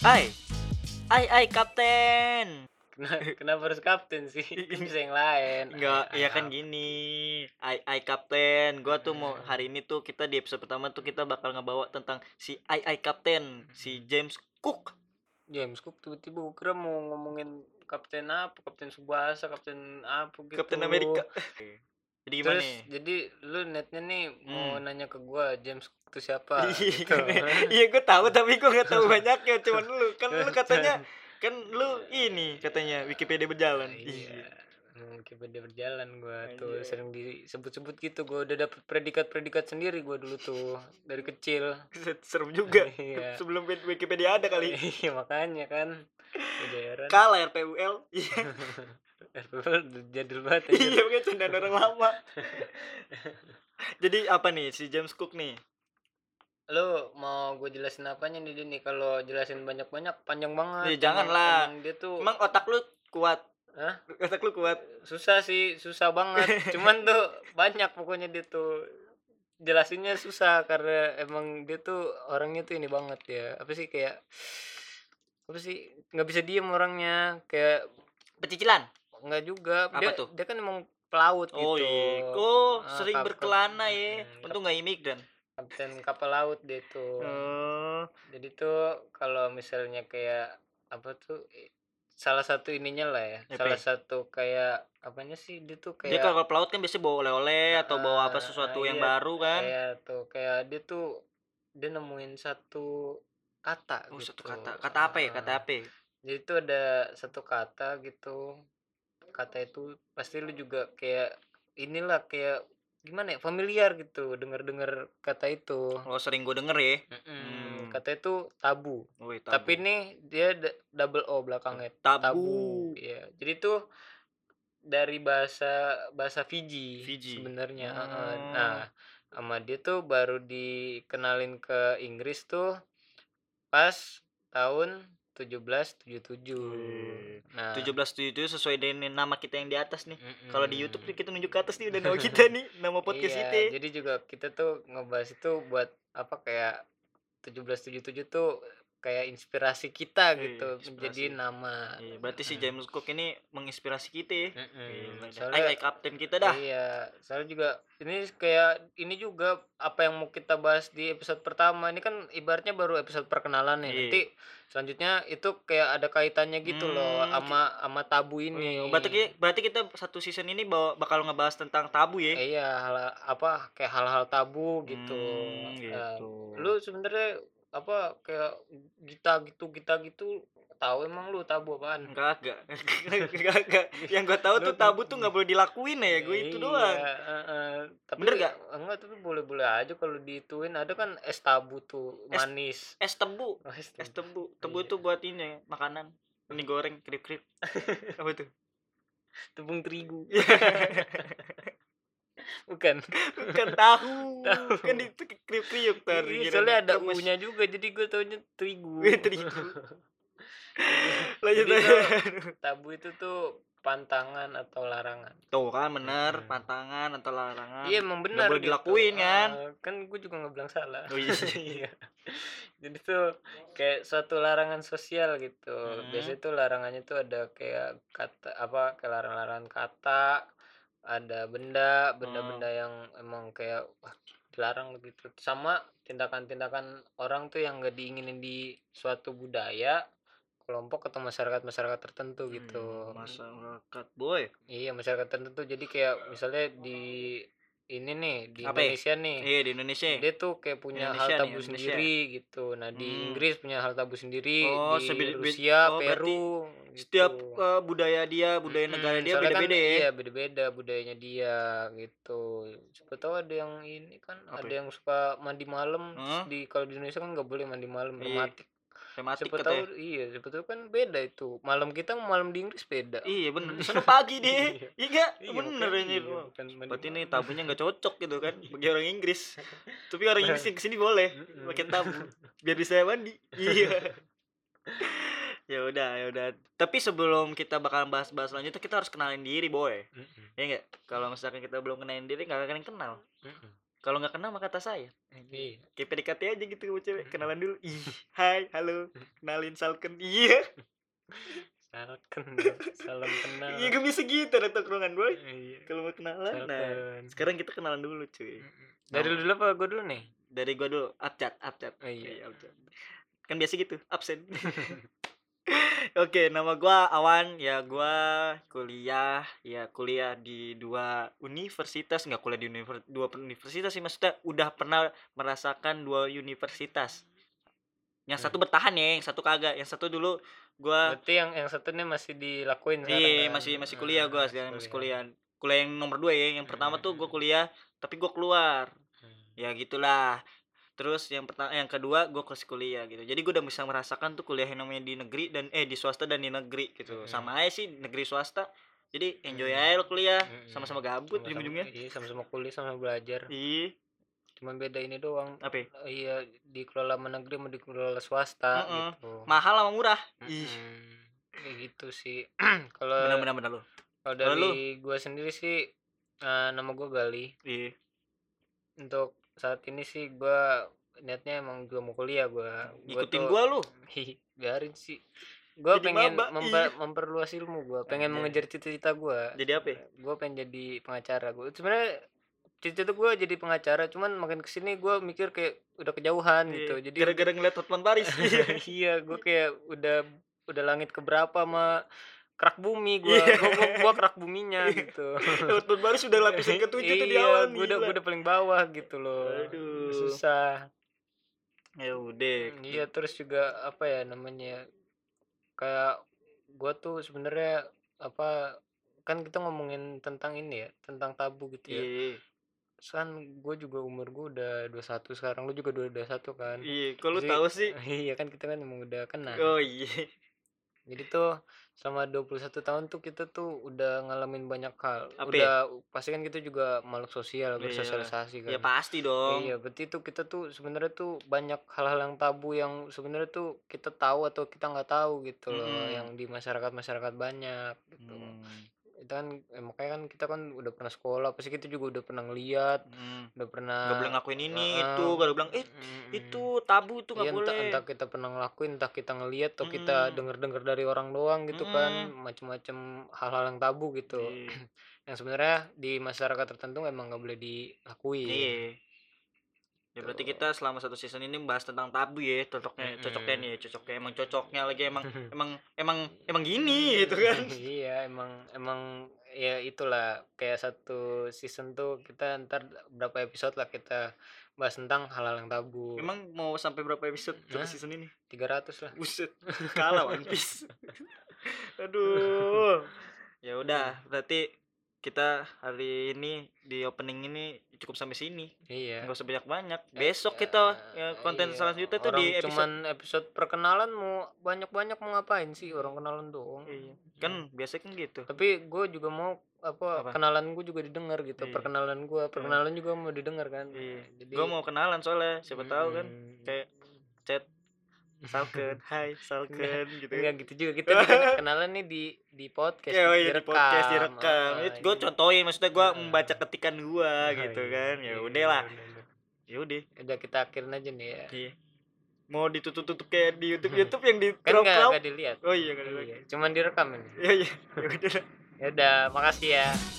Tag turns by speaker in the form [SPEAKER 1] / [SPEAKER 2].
[SPEAKER 1] Ai, ai kapten.
[SPEAKER 2] Kenapa harus kapten sih? Kan bisa yang lain.
[SPEAKER 1] Enggak, ya kan gini. Ai kapten. Gua tuh mau hari ini tuh kita di episode pertama tuh kita bakal ngebawa tentang si ai kapten, si James Cook.
[SPEAKER 2] James Cook tiba-tiba gue kira mau ngomongin kapten apa, kapten Subasa, kapten apa gitu.
[SPEAKER 1] Kapten Amerika. Jadi gimana
[SPEAKER 2] Terus
[SPEAKER 1] nih?
[SPEAKER 2] jadi lu netnya nih mau nanya ke gua James Cook itu siapa
[SPEAKER 1] Iya,
[SPEAKER 2] gitu.
[SPEAKER 1] iya gue tahu tapi gue nggak tahu banyaknya. Cuman lu kan lu katanya kan lu ini katanya Wikipedia berjalan.
[SPEAKER 2] Iya.
[SPEAKER 1] Iya.
[SPEAKER 2] Wikipedia berjalan gua tuh
[SPEAKER 1] Anjay.
[SPEAKER 2] sering disebut-sebut gitu. Gua udah dapet predikat-predikat sendiri gua dulu tuh dari kecil.
[SPEAKER 1] Serem juga.
[SPEAKER 2] Iya.
[SPEAKER 1] Sebelum Wikipedia ada kali.
[SPEAKER 2] Iya makanya kan. Udah heran.
[SPEAKER 1] Kalah RPUL. Iya.
[SPEAKER 2] RPL jadul banget anjir.
[SPEAKER 1] Iya, pakai candaan orang lama. Jadi apa nih si James Cook nih?
[SPEAKER 2] Lu mau gue jelasin apanya nih dia nih? Kalau jelasin banyak-banyak panjang banget.
[SPEAKER 1] Nih janganlah.
[SPEAKER 2] Emang dia tuh
[SPEAKER 1] Emang otak lu kuat.
[SPEAKER 2] Hah?
[SPEAKER 1] Otak lu kuat.
[SPEAKER 2] Susah sih, susah banget. Cuman tuh banyak pokoknya dia tuh jelasinnya susah karena emang dia tuh orangnya tuh ini banget ya. Apa sih kayak apa sih nggak bisa diem orangnya kayak
[SPEAKER 1] Pecicilan.
[SPEAKER 2] nggak juga
[SPEAKER 1] Apa
[SPEAKER 2] dia
[SPEAKER 1] tuh?
[SPEAKER 2] dia kan emang pelaut
[SPEAKER 1] Oh
[SPEAKER 2] gitu.
[SPEAKER 1] iya. Oh, sering
[SPEAKER 2] Kap-
[SPEAKER 1] berkelana ya.
[SPEAKER 2] mm,
[SPEAKER 1] Untung nggak imigran.
[SPEAKER 2] kapten kapal laut dia tuh.
[SPEAKER 1] Oh.
[SPEAKER 2] Jadi tuh kalau misalnya kayak apa tuh salah satu ininya lah ya,
[SPEAKER 1] Apa?
[SPEAKER 2] salah satu kayak apanya sih dia tuh
[SPEAKER 1] Dia
[SPEAKER 2] kayak
[SPEAKER 1] kalau pelaut kan biasanya bawa oleh-oleh atau bawa apa sesuatu yang
[SPEAKER 2] iya,
[SPEAKER 1] baru kan.
[SPEAKER 2] iya tuh kayak dia tuh dia nemuin satu kata
[SPEAKER 1] Oh,
[SPEAKER 2] gitu.
[SPEAKER 1] satu kata. Kata apa ya? Kata apa?
[SPEAKER 2] Jadi tuh ada satu kata gitu. Kata itu pasti lu juga kayak inilah kayak gimana ya familiar gitu dengar-dengar kata itu.
[SPEAKER 1] Oh, sering gue denger ya.
[SPEAKER 2] Kata itu tabu.
[SPEAKER 1] Wih, tabu.
[SPEAKER 2] Tapi nih dia double O belakangnya.
[SPEAKER 1] Tabu.
[SPEAKER 2] Iya. Jadi tuh dari bahasa bahasa Fiji
[SPEAKER 1] Fiji.
[SPEAKER 2] sebenarnya. Nah, sama dia tuh baru dikenalin ke Inggris tuh pas tahun 1777.
[SPEAKER 1] Wih.
[SPEAKER 2] Nah,
[SPEAKER 1] 1777 sesuai dengan nama kita yang di atas nih. Kalau di YouTube nih
[SPEAKER 2] mm-mm.
[SPEAKER 1] kita nunjuk ke atas nih udah nama kita nih, nama podcast
[SPEAKER 2] Iya,
[SPEAKER 1] kita.
[SPEAKER 2] jadi juga kita tuh ngebahas itu buat apa kayak 1777 tuh kayak inspirasi kita gitu menjadi
[SPEAKER 1] Inspirasi.
[SPEAKER 2] nama.
[SPEAKER 1] Iya, berarti si James Cook ini menginspirasi kita ya. Gila dah.
[SPEAKER 2] Soalnya
[SPEAKER 1] Kapten kita dah.
[SPEAKER 2] iya, soalnya juga ini kayak ini juga apa yang mau kita bahas di episode pertama ini kan ibaratnya baru episode perkenalan nih.
[SPEAKER 1] Iya.
[SPEAKER 2] Nanti selanjutnya itu kayak ada kaitannya gitu loh sama tabu
[SPEAKER 1] Oh,
[SPEAKER 2] ini.
[SPEAKER 1] berarti kita satu season ini bakal ngebahas tentang tabu ya.
[SPEAKER 2] Iya, apa kayak hal-hal tabu gitu.
[SPEAKER 1] Gitu.
[SPEAKER 2] Lu sebenarnya apa kayak kita gitu tahu emang lu tabu apaan?
[SPEAKER 1] Kagak. Yang gue tahu tuh tabu tuh nggak boleh dilakuin ya, gue itu doang.
[SPEAKER 2] Tapi
[SPEAKER 1] Bener gak?
[SPEAKER 2] enggak, tapi boleh-boleh aja kalau diituin. Ada kan es tabu tuh manis.
[SPEAKER 1] Es tebu.
[SPEAKER 2] Oh,
[SPEAKER 1] Es tebu. Tebu
[SPEAKER 2] Iya.
[SPEAKER 1] tuh buat ini makanan. Ini goreng krip-krip. Apa tuh?
[SPEAKER 2] Tepung terigu. Bukan
[SPEAKER 1] tahu.
[SPEAKER 2] Tahu.
[SPEAKER 1] Kan di kriuk-kriuk tar.
[SPEAKER 2] Iya, soalnya ada u-nya juga jadi gue taunya terigu.
[SPEAKER 1] Terigu.
[SPEAKER 2] Jadi
[SPEAKER 1] Lanjut aja.
[SPEAKER 2] tuh, tabu itu tuh pantangan atau larangan.
[SPEAKER 1] Tuh kan bener, pantangan atau larangan.
[SPEAKER 2] Iya emang
[SPEAKER 1] Nggak
[SPEAKER 2] benar
[SPEAKER 1] boleh
[SPEAKER 2] gitu.
[SPEAKER 1] dilakuin kan.
[SPEAKER 2] Kan gue juga nggak bilang salah.
[SPEAKER 1] Oh iya.
[SPEAKER 2] Iya. Jadi tuh kayak suatu larangan sosial gitu. Biasanya tuh larangannya tuh ada kayak kata apa kayak larangan kata, ada benda-benda yang emang kayak wah, dilarang gitu. Sama tindakan-tindakan orang tuh yang nggak diinginin di suatu budaya, kelompok atau masyarakat tertentu gitu.
[SPEAKER 1] Masyarakat boy.
[SPEAKER 2] Iya, masyarakat tertentu. Jadi kayak misalnya di ini nih di
[SPEAKER 1] Apa ya?
[SPEAKER 2] Indonesia nih.
[SPEAKER 1] Iya di Indonesia.
[SPEAKER 2] Dia tuh kayak punya
[SPEAKER 1] Indonesia
[SPEAKER 2] hal
[SPEAKER 1] nih,
[SPEAKER 2] tabu
[SPEAKER 1] Indonesia.
[SPEAKER 2] sendiri gitu. Nah, di Inggris punya hal tabu sendiri,
[SPEAKER 1] Oh,
[SPEAKER 2] di Rusia, Peru gitu.
[SPEAKER 1] Setiap budaya negara dia
[SPEAKER 2] Soalnya
[SPEAKER 1] beda-beda
[SPEAKER 2] kan,
[SPEAKER 1] ya.
[SPEAKER 2] Iya, beda-beda budayanya dia gitu. Siapa tahu ada yang ini kan, ada yang suka mandi malam. Terus kalau di Indonesia kan nggak boleh mandi malam, rematik. Siapa tahu iya, siapa tahu kan beda itu. Malam kita malam di Inggris beda.
[SPEAKER 1] Iya bener, di sana pagi deh. Iya
[SPEAKER 2] Iya,
[SPEAKER 1] bener
[SPEAKER 2] makanya
[SPEAKER 1] anjir.
[SPEAKER 2] iya, bukan mandi
[SPEAKER 1] Berarti ini
[SPEAKER 2] malam.
[SPEAKER 1] tabunya nggak cocok gitu kan bagi orang Inggris. Tapi orang Inggris yang kesini boleh pakai tabu biar bisa mandi. Iya. Ya udah. Tapi sebelum kita bakal bahas-bahas lanjut kita harus kenalin diri, boy. Ya enggak? Kalau misalkan kita belum kenalin diri enggak akan kenal. Kalau nggak kenal maka kata saya.
[SPEAKER 2] Iya.
[SPEAKER 1] Kayak PDKT aja gitu sama cewek, kenalan dulu. Ih, hai, halo, kenalin Salken. Iya.
[SPEAKER 2] Salam kenal.
[SPEAKER 1] Iya, gue bisa gitu ada tongkrongan, boy.
[SPEAKER 2] Iya.
[SPEAKER 1] Kalau mau kenalan, nah,
[SPEAKER 2] Salken.
[SPEAKER 1] sekarang kita kenalan dulu, cuy.
[SPEAKER 2] Dari lu dulu apa gue dulu nih?
[SPEAKER 1] Dari gua dulu, abjad.
[SPEAKER 2] Oh, iya.
[SPEAKER 1] Abjad. Kan biasa gitu, absen. Oke, nama gua Awan, ya gua kuliah di dua universitas, nggak kuliah di dua universitas sih, maksudnya udah pernah merasakan dua universitas. Yang satu bertahan ya, yang satu kagak. Yang satu dulu gua
[SPEAKER 2] Berarti yang satu nih masih dilakuin sekarang
[SPEAKER 1] iya,
[SPEAKER 2] kan?
[SPEAKER 1] masih kuliah gua sekarang, masih kuliah. Kuliah yang nomor 2 ya. Yang pertama tuh gua kuliah tapi gua keluar. Ya gitulah. Terus yang kedua gue kuliah gitu. Jadi gue udah bisa merasakan tuh kuliah yang namanya di negeri dan di swasta dan di negeri gitu. Sama aja sih negeri swasta. Jadi enjoy aja lo kuliah, sama-sama gabut ujung-ujungnya.
[SPEAKER 2] Iya, sama-sama kuliah, sama belajar.
[SPEAKER 1] Iya.
[SPEAKER 2] Cuma beda ini doang.
[SPEAKER 1] Apa?
[SPEAKER 2] Iya, dikelola sama negeri sama dikelola swasta gitu.
[SPEAKER 1] Mahal sama murah. Ih.
[SPEAKER 2] Kayak gitu sih. Kalau
[SPEAKER 1] Benar lo.
[SPEAKER 2] Kalau dari gue sendiri sih nama gue Gali.
[SPEAKER 1] Iya.
[SPEAKER 2] Untuk saat ini sih gue niatnya emang gue mau kuliah gue.
[SPEAKER 1] Ikutin gue lu.
[SPEAKER 2] Biarin sih. Gue pengen
[SPEAKER 1] maba,
[SPEAKER 2] memperluas ilmu gue. Pengen mengejar cita-cita gue.
[SPEAKER 1] Jadi apa?
[SPEAKER 2] Gue pengen jadi pengacara. Gue sebenarnya cita-cita gue jadi pengacara. Cuman makin kesini gue mikir kayak udah kejauhan gitu. Jadi
[SPEAKER 1] gara-gara ngeliat Hotman Paris.
[SPEAKER 2] Iya, gue kayak udah langit keberapa sama kerak bumi gua kerak buminya gitu.
[SPEAKER 1] Hotman Paris sudah lapisan ke-7 tuh di awan.
[SPEAKER 2] Gue udah paling bawah gitu loh.
[SPEAKER 1] Aduh.
[SPEAKER 2] Susah.
[SPEAKER 1] Ya udah.
[SPEAKER 2] Iya, terus juga apa ya namanya? Kayak gua tuh sebenarnya apa kan kita ngomongin tentang ini ya, tentang tabu gitu ya.
[SPEAKER 1] Iya.
[SPEAKER 2] Kan gue juga umur gue udah 21 sekarang, lu juga udah 21 kan.
[SPEAKER 1] Iya, kok lu tahu sih?
[SPEAKER 2] Iya kan kita kan emang udah kenal.
[SPEAKER 1] Oh iya.
[SPEAKER 2] Jadi tuh selama 21 tahun tuh kita tuh udah ngalamin banyak hal.
[SPEAKER 1] Apa
[SPEAKER 2] Udah pasti kan kita juga makhluk sosial, bersosialisasi kan.
[SPEAKER 1] Ya pasti dong.
[SPEAKER 2] Iya, berarti tuh kita tuh sebenarnya tuh banyak hal-hal yang tabu yang sebenarnya tuh kita tahu atau kita nggak tahu gitu loh, yang di masyarakat banyak gitu. Itu kan makanya kan kita kan udah pernah sekolah, pasti kita juga udah pernah ngeliat, udah pernah
[SPEAKER 1] Gak boleh ngelakuin ini itu, gak bilang itu tabu tuh gak
[SPEAKER 2] iya,
[SPEAKER 1] boleh.
[SPEAKER 2] entah kita pernah ngelakuin, entah kita ngeliat atau kita denger dari orang doang gitu kan, macem-macem hal-hal yang tabu gitu. Yang sebenarnya di masyarakat tertentu emang nggak boleh dilakuin.
[SPEAKER 1] Iya. Ya berarti kita selama satu season ini membahas tentang tabu ya, cocoknya emang cocoknya lagi emang gini gitu kan.
[SPEAKER 2] Iya, emang ya itulah kayak satu season tuh kita ntar berapa episode lah kita bahas tentang hal-hal yang tabu.
[SPEAKER 1] Emang mau sampai berapa episode satu season ini?
[SPEAKER 2] 300 lah.
[SPEAKER 1] Buset, kalah One Piece. Aduh. Ya udah, berarti kita hari ini di opening ini cukup sampai sini.
[SPEAKER 2] Iya.
[SPEAKER 1] Enggak usah banyak-banyak. Besok kita konten selanjutnya tuh di episode.
[SPEAKER 2] Cuman episode perkenalan mau banyak-banyak mau ngapain sih, orang kenalan doang.
[SPEAKER 1] Iya. Kan biasanya kan gitu.
[SPEAKER 2] Tapi gue juga mau apa? Kenalan gue juga didengar gitu. Perkenalan juga mau didengar kan.
[SPEAKER 1] Iya. Jadi gue mau kenalan soalnya siapa tahu kan kayak chat Salken, hai Salken gitu.
[SPEAKER 2] Enggak gitu juga, kita kenalan nih di podcast,
[SPEAKER 1] direkam. Gue contohin, maksudnya gue membaca ketikan gue gitu kan. Ya udahlah. Ya udah
[SPEAKER 2] kita akhirin aja nih ya.
[SPEAKER 1] Iya. Mau ditutup kayak di YouTube yang di
[SPEAKER 2] kan nggak dilihat.
[SPEAKER 1] Oh iya, enggak dilihat.
[SPEAKER 2] Cuman direkam ini.
[SPEAKER 1] Iya. Ya udah.
[SPEAKER 2] Ya udah, makasih ya.